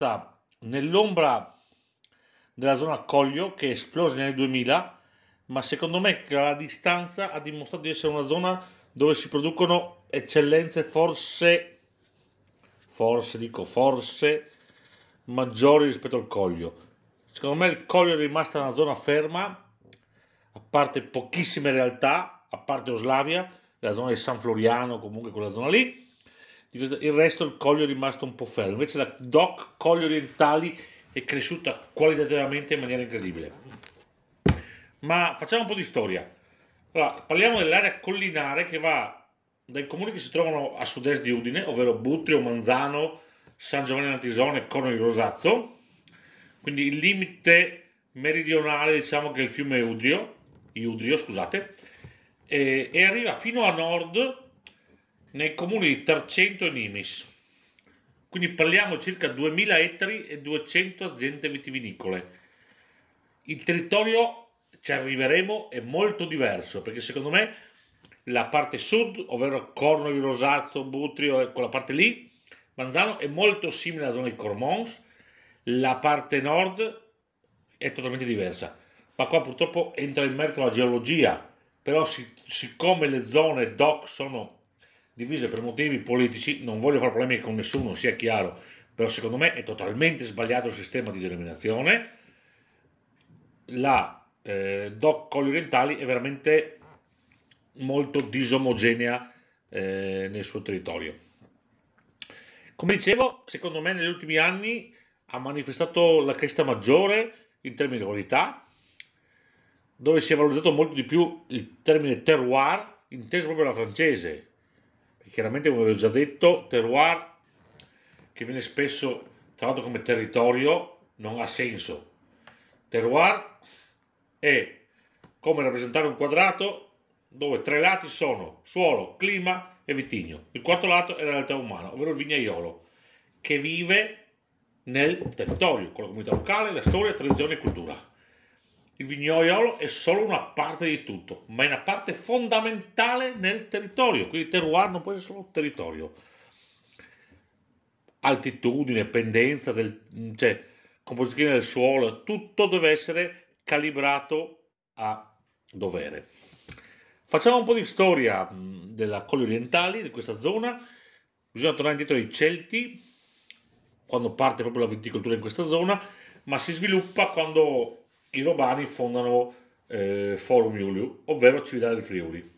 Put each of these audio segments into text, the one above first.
nell'ombra della zona Collio che è esplosa negli anni 2000, ma secondo me che alla distanza ha dimostrato di essere una zona dove si producono eccellenze forse maggiori rispetto al Collio. Secondo me il Collio è rimasta una zona ferma, a parte pochissime realtà, a parte Oslavia, la zona di San Floriano, comunque quella zona lì. Il resto il Collio è rimasto un po' fermo. Invece la DOC Colli Orientali è cresciuta qualitativamente in maniera incredibile. Ma facciamo un po' di storia. Allora, parliamo dell'area collinare che va dai comuni che si trovano a sud-est di Udine, ovvero Butrio, Manzano, San Giovanni Natisone e Corno di Rosazzo. Quindi il limite meridionale, diciamo che è il fiume Iudrio, scusate, e arriva fino a nord nei comuni di Tarcento e Nimis. Quindi parliamo di circa 2000 ettari e 200 aziende vitivinicole. Il territorio, ci arriveremo, è molto diverso perché secondo me la parte sud, ovvero Corno di Rosazzo, Butrio e quella parte lì, Manzano, è molto simile alla zona di Cormons. La parte nord è totalmente diversa, ma qua purtroppo entra in merito la geologia. Però siccome le zone DOC sono divise per motivi politici, non voglio fare polemiche con nessuno, sia chiaro, però secondo me è totalmente sbagliato il sistema di denominazione. La DOC Colli Orientali è veramente molto disomogenea nel suo territorio. Come dicevo, secondo me negli ultimi anni ha manifestato la cresta maggiore in termini di qualità, dove si è valorizzato molto di più il termine terroir, inteso proprio alla francese. E chiaramente, come avevo già detto, terroir, che viene spesso trattato come territorio, non ha senso. Terroir è come rappresentare un quadrato dove tre lati sono suolo, clima e vitigno. Il quarto lato è la realtà umana, ovvero il vignaiolo, che vive nel territorio, con la comunità locale, la storia, tradizione e cultura. Il vignaiolo è solo una parte di tutto, ma è una parte fondamentale nel territorio, quindi il terroir non può essere solo territorio. Altitudine, pendenza, cioè composizione del suolo, tutto deve essere calibrato a dovere. Facciamo un po' di storia della Colli Orientali, di questa zona. Bisogna tornare indietro ai Celti, quando parte proprio la viticoltura in questa zona, ma si sviluppa quando i Romani fondano Forum Iuliu, ovvero Cividale del Friuli.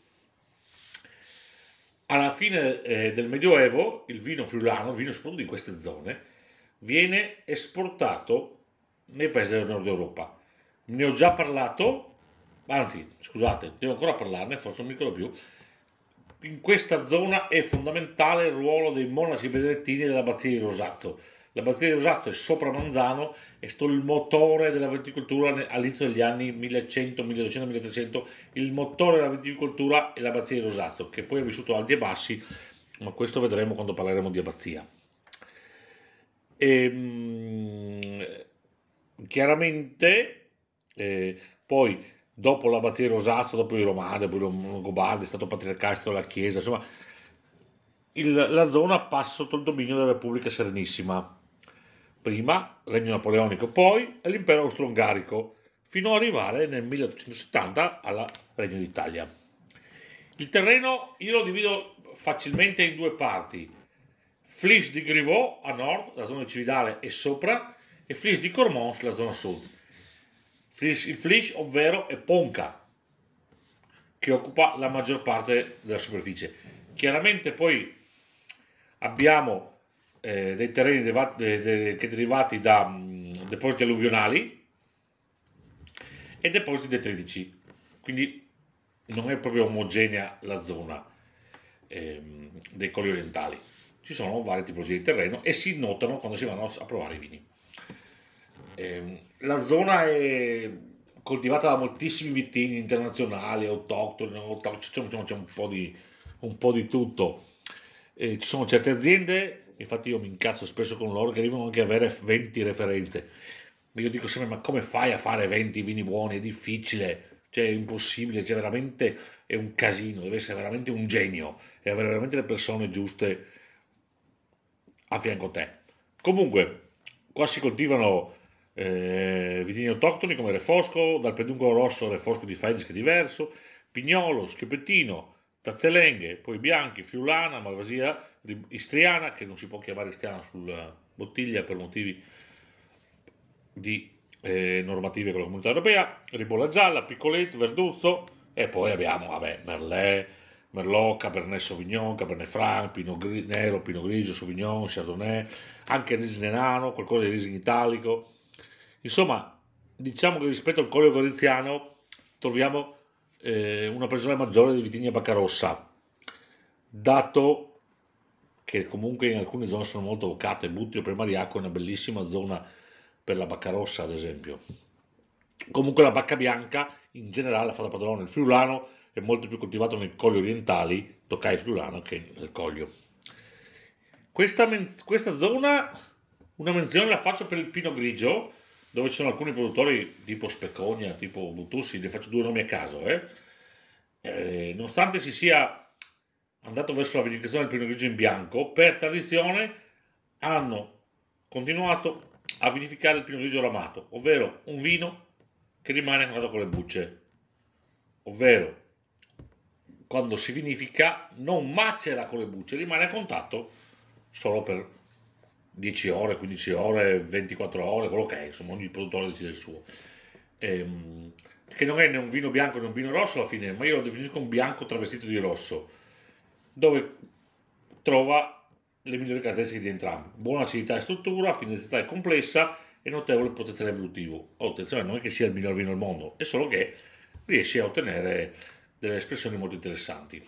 Alla fine del Medioevo il vino friulano, il vino soprattutto di queste zone, viene esportato nei paesi del nord Europa. Ne ho già parlato, anzi scusate, devo ancora parlarne, forse non mi ricordo più. In questa zona è fondamentale il ruolo dei monaci benedettini dell'abbazia di Rosazzo. L'abbazia di Rosazzo è sopra Manzano, è stato il motore della viticoltura all'inizio degli anni 1100, 1200, 1300. Il motore della viticoltura è l'abbazia di Rosazzo, che poi ha vissuto alti e bassi, ma questo vedremo quando parleremo di abbazia. Chiaramente, poi dopo l'abbazia di Rosazzo, dopo i Romani, dopo i Longobardi, è stato patriarcato, è stata la Chiesa, insomma, la zona passa sotto il dominio della Repubblica Serenissima. Prima Regno Napoleonico, poi l'Impero Austro-Ungarico, fino ad arrivare nel 1870 alla Regno d'Italia. Il terreno io lo divido facilmente in due parti: Flis di Griveau a nord, la zona di Cividale e sopra, e Flis di Cormons, la zona sud. Il Flis, ovvero è Ponca, che occupa la maggior parte della superficie. Chiaramente poi abbiamo dei terreni che derivati da depositi alluvionali e depositi detritici, quindi non è proprio omogenea la zona dei Colli Orientali. Ci sono varie tipologie di terreno e si notano quando si vanno a provare i vini. La zona è coltivata da moltissimi vitigni internazionali, autoctoni, c'è un po' di tutto. Ci sono certe aziende, infatti io mi incazzo spesso con loro, che arrivano anche a avere 20 referenze. Io dico sempre: ma come fai a fare 20 vini buoni? È difficile, cioè è impossibile, cioè veramente è un casino, deve essere veramente un genio e avere veramente le persone giuste a fianco a te. Comunque, Qua si coltivano vitigni autoctoni come Refosco, dal Peduncolo rosso al Refosco di Faenza che è diverso, Pignolo, Schiopettino, Tazzolenghe, poi bianchi, Friulana, Malvasia, Istriana, che non si può chiamare Istriana sulla bottiglia per motivi di normative con la comunità europea, Ribolla gialla, Piccolet, Verduzzo, e poi abbiamo, vabbè, Merlot, Merlot, Cabernet Sauvignon, Cabernet Franc, Pinot Nero, Pinot Grigio, Sauvignon, Chardonnay, anche Riesling Nano, qualcosa di Riesling Italico. Insomma, diciamo che rispetto al Collio Goriziano troviamo una percentuale maggiore di vitigni a bacca rossa, dato che comunque in alcune zone sono molto vocate. Butrio Premariaco è una bellissima zona per la bacca rossa, ad esempio. Comunque la bacca bianca in generale fa da padrone. Il friulano è molto più coltivato nei colli orientali, Toccai friulano, che nel Collio. Questa zona, una menzione la faccio per il Pinot Grigio, dove ci sono alcuni produttori tipo Specogna, tipo Butussi, ne faccio due nomi a caso. Nonostante si sia andato verso la vinificazione del Pinot Grigio in bianco, per tradizione hanno continuato a vinificare il Pinot Grigio ramato, ovvero un vino che rimane a contatto con le bucce, ovvero quando si vinifica non macera con le bucce, rimane a contatto solo per 10 ore, 15 ore, 24 ore, quello che è, insomma ogni produttore decide il suo. Che non è né un vino bianco né un vino rosso alla fine, ma io lo definisco un bianco travestito di rosso, dove trova le migliori caratteristiche di entrambi: buona acidità e struttura, finalità e complessa e notevole potenziale evolutivo. Attenzione, non è che sia il miglior vino al mondo, è solo che riesce a ottenere delle espressioni molto interessanti.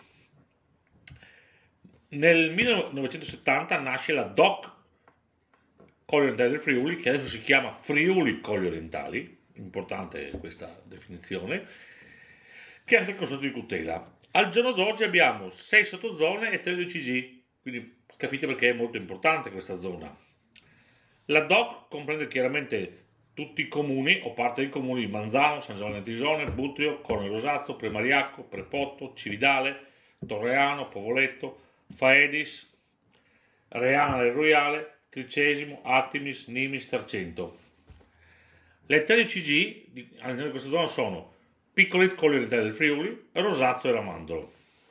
Nel 1970 nasce la DOC Colli Orientali del Friuli, che adesso si chiama Friuli Colli Orientali, importante questa definizione, che è anche il concetto di tutela. Al giorno d'oggi abbiamo 6 sottozone e 13 G, quindi capite perché è molto importante questa zona. La DOC comprende chiaramente tutti i comuni o parte dei comuni di Manzano, San Giovanni Antisone, Butrio, Corno Rosazzo, Premariacco, Prepotto, Cividale, Torreano, Povoletto, Faedis, Reana del Roiale, Tricesimo, Attimis, Nimis, Tarcento. Le 13G all'interno di questa zona sono Piccolet, Colli Orientali del Friuli, Rosazzo e Ramandolo.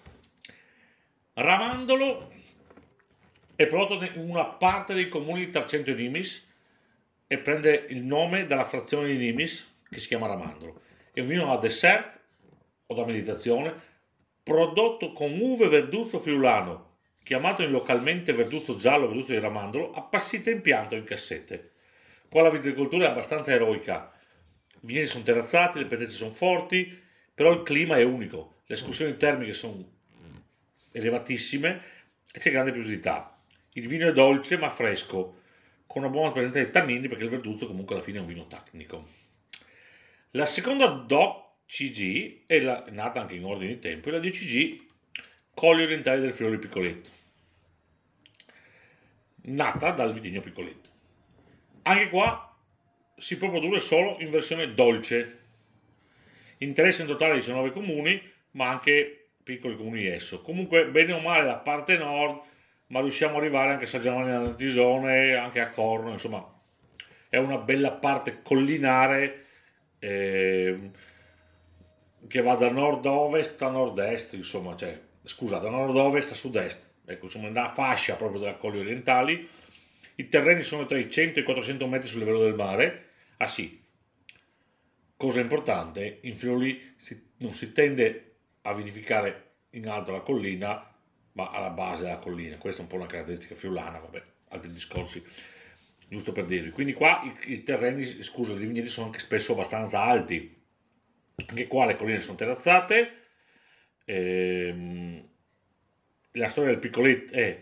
Ramandolo è prodotto in una parte dei comuni di Tarcento e Nimis e prende il nome dalla frazione di Nimis che si chiama Ramandolo. È un vino a dessert o da meditazione prodotto con uve verduzzo friulano, chiamato localmente verduzzo giallo, verduzzo di Ramandolo, appassito in pianto in cassette. Qua la viticoltura è abbastanza eroica, i vigneti sono terrazzati, le pendenze sono forti, però il clima è unico, le escursioni termiche sono elevatissime e c'è grande piosità. Il vino è dolce ma fresco, con una buona presenza di tannini, perché il verduzzo comunque alla fine è un vino tecnico. La seconda DOC CG è nata anche in ordine di tempo, è la DCG Colli Orientali del Friuli Piccoletto, nata dal vitigno Piccoletto. Anche qua si può produrre solo in versione dolce. Interessa in totale 19 comuni, ma anche piccoli comuni di esso. Comunque, bene o male, la parte nord, ma riusciamo ad arrivare anche a San Giovanni Antisone, anche a Corno, insomma, è una bella parte collinare che va da nord-ovest a nord-est, insomma, cioè, scusa, da nord-ovest a sud-est, ecco, insomma, una fascia proprio della colli orientali. I terreni sono tra i 100 e i 400 metri sul livello del mare. Ah sì, cosa importante, in Friuli non si tende a vinificare in alto la collina, ma alla base della collina. Questa è un po' una caratteristica friulana, vabbè, altri discorsi, giusto per dirvi. Quindi qua i terreni, scusa, i vigneti sono anche spesso abbastanza alti. Anche qua le colline sono terrazzate. La storia del Piccolet è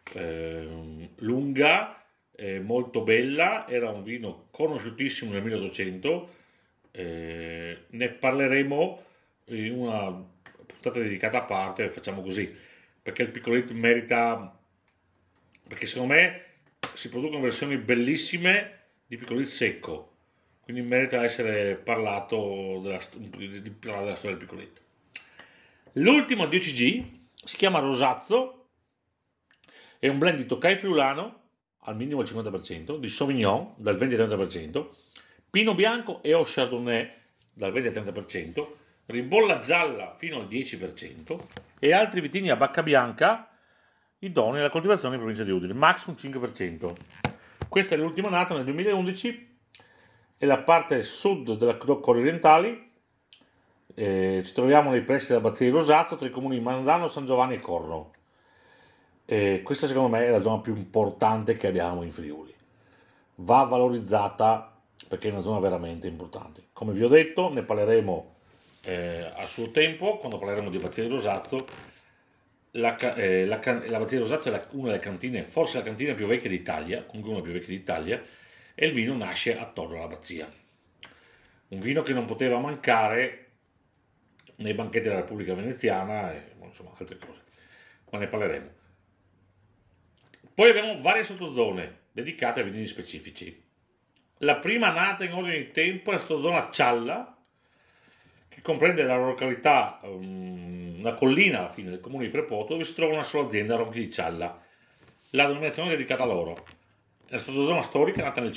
lunga, molto bella, era un vino conosciutissimo nel 1800, ne parleremo in una puntata dedicata a parte, facciamo così, perché il Piccolet merita, perché secondo me si producono versioni bellissime di Piccolet secco, quindi merita essere parlato della storia del Piccolet. L'ultimo 10G si chiama Rosazzo, è un blend di Toccai friulano, al minimo al 50%, di Sauvignon dal 20 al 30%, Pinot Bianco e o Chardonnay dal 20 al 30%, Ribolla gialla fino al 10% e altri vitigni a bacca bianca idonei alla coltivazione in provincia di Udine, max un 5%. Questa è l'ultima nata nel 2011 e la parte sud della Colli Orientali. Ci troviamo nei pressi dell'abbazia di Rosazzo, tra i comuni di Manzano, San Giovanni e Corno. Questa secondo me è la zona più importante che abbiamo in Friuli. Va valorizzata perché è una zona veramente importante. Come vi ho detto, ne parleremo a suo tempo, quando parleremo di Abbazia di Rosazzo. L'Abbazia di Rosazzo è una delle cantine, forse la cantina più vecchia d'Italia, comunque una delle più vecchie d'Italia, e il vino nasce attorno all'abbazia. Un vino che non poteva mancare nei banchetti della Repubblica Veneziana e insomma altre cose, ma ne parleremo. Poi abbiamo varie sottozone dedicate a vini specifici. La prima nata in ordine di tempo è la sottozona Cialla, che comprende la località, una collina alla fine del comune di Prepoto, dove si trova una sola azienda, Ronchi di Cialla. La denominazione è dedicata a loro. È la sottozona storica nata nel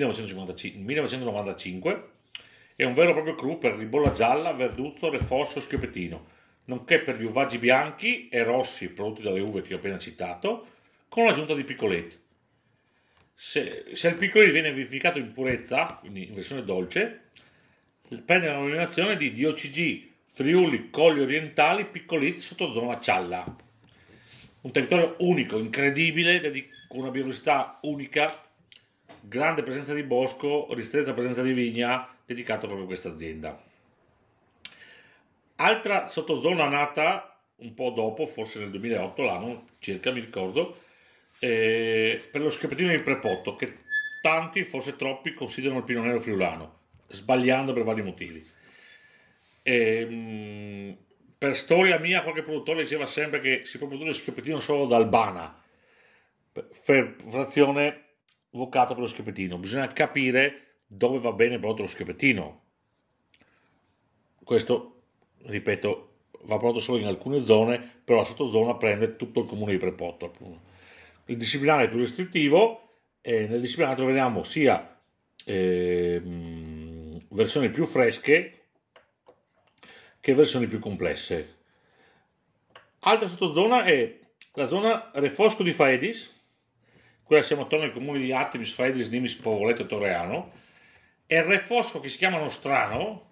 1995, è un vero e proprio cru per ribolla gialla, verduzzo, refosso e schioppettino, nonché per gli uvaggi bianchi e rossi prodotti dalle uve che ho appena citato, con l'aggiunta di piccolette. Se il piccolette viene verificato in purezza, quindi in versione dolce, prende la denominazione di DOCG Friuli Colli Orientali Piccolette sottozona Cialla. Un territorio unico, incredibile, con una biodiversità unica, grande presenza di bosco, ristretta presenza di vigna, dedicato proprio a questa azienda. Altra sottozona nata un po' dopo, forse nel 2008, l'anno circa, mi ricordo, per lo schioppettino di Prepotto, che tanti, forse troppi, considerano il Pinot Nero friulano, sbagliando per vari motivi. Per storia mia, qualche produttore diceva sempre che si può produrre schioppettino solo da Albana, frazione vocata per lo schioppettino. Bisogna capire dove va bene prodotto lo schioppettino. Questo, ripeto, va prodotto solo in alcune zone, però la sottozona prende tutto il comune di Prepotto. Appunto. Il disciplinare è più restrittivo e nel disciplinare troviamo sia versioni più fresche che versioni più complesse. Altra sottozona è la zona Refosco di Faedis, quella siamo attorno ai comuni di Attimis, Faedis, Nimis, Povoleto e Torreano, e il refosco che si chiama Nostrano,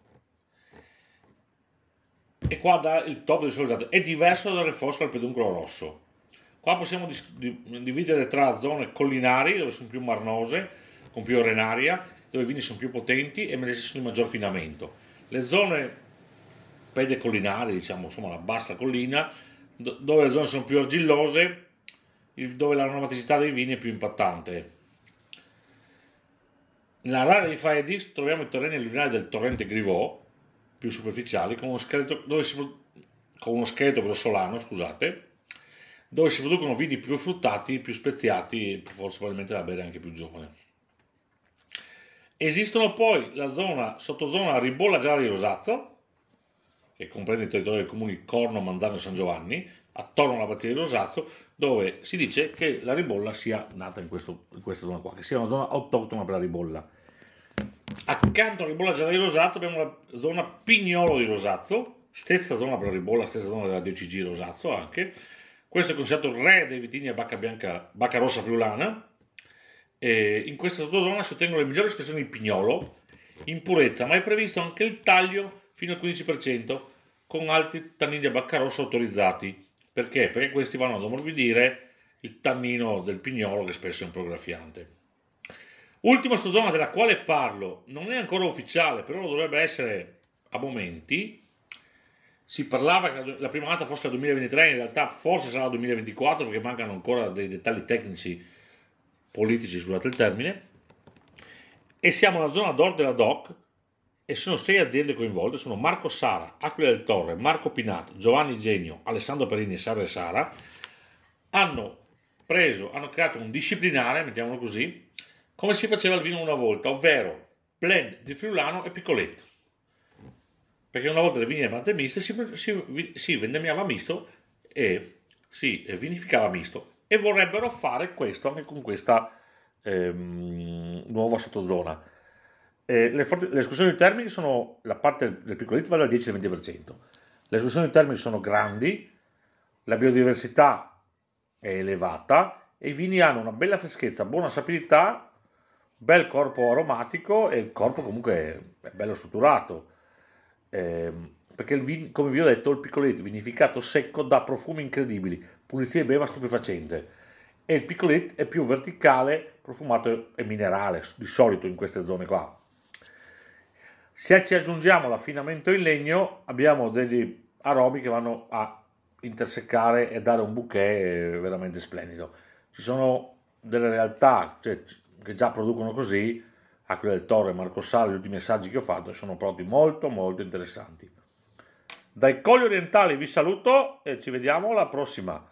e qua dà il top del soldato, è diverso dal refosco al peduncolo rosso. Qua possiamo dividere tra zone collinari, dove sono più marnose, con più arenaria, dove i vini sono più potenti e necessitano di maggior finamento. Le zone pedecollinari, diciamo, insomma la bassa collina, dove le zone sono più argillose, dove l'aromaticità dei vini è più impattante. Nell'area di Faedis troviamo i terreni alluvionali del torrente Grivò, più superficiali, con uno scheletro grossolano, scusate, dove si producono vini più fruttati, più speziati e forse probabilmente da bere anche più giovane. Esistono poi la sottozona Ribolla Gialla di Rosazzo, che comprende il territorio dei comuni Corno, Manzano e San Giovanni, attorno all'abbazia di Rosazzo, dove si dice che la ribolla sia nata in questa zona qua, che sia una zona autoctona per la ribolla. Accanto alla ribolla gialla di Rosazzo abbiamo la zona Pignolo di Rosazzo, stessa zona per la ribolla, stessa zona della DOCG Rosazzo anche. Questo è considerato il re dei vitigni a bacca rossa friulana. E in questa sottozona si ottengono le migliori espressioni di pignolo in purezza, ma è previsto anche il taglio fino al 15% con alti tannini a bacca rossa autorizzati. Perché? Perché questi vanno ad ammorbidire il tannino del pignolo, che spesso è un prograffiante. Ultima sottozona della quale parlo, non è ancora ufficiale, però lo dovrebbe essere a momenti. Si parlava che la prima nata fosse il 2023, in realtà forse sarà il 2024 perché mancano ancora dei dettagli tecnici politici, scusate il termine. E siamo nella zona nord della DOC e sono 6 aziende coinvolte, sono Marco Sara, Aquila del Torre, Marco Pinat, Giovanni Genio, Alessandro Perini e Sara e Sara. Hanno creato un disciplinare, mettiamolo così, come si faceva il vino una volta, ovvero blend di friulano e piccoletto. Perché una volta le vigne erano miste si vendemmiava misto e si vinificava misto. E vorrebbero fare questo anche con questa nuova sottozona. Le escursioni termiche sono, la parte del piccolit va dal 10 al 20%. Le escursioni termiche sono grandi, la biodiversità è elevata e i vini hanno una bella freschezza, buona sapidità, bel corpo aromatico e il corpo comunque è bello strutturato. Perché come vi ho detto, il piccoletto vinificato secco dà profumi incredibili, pulizia e beva stupefacente. E il piccoletto è più verticale, profumato e minerale, di solito in queste zone qua. Se ci aggiungiamo l'affinamento in legno, abbiamo degli aromi che vanno a intersecare e dare un bouquet veramente splendido. Ci sono delle realtà che già producono così, Aquila del Toro e Marco Sala, gli ultimi assaggi che ho fatto sono proprio molto molto interessanti. Dai Colli Orientali vi saluto e ci vediamo alla prossima.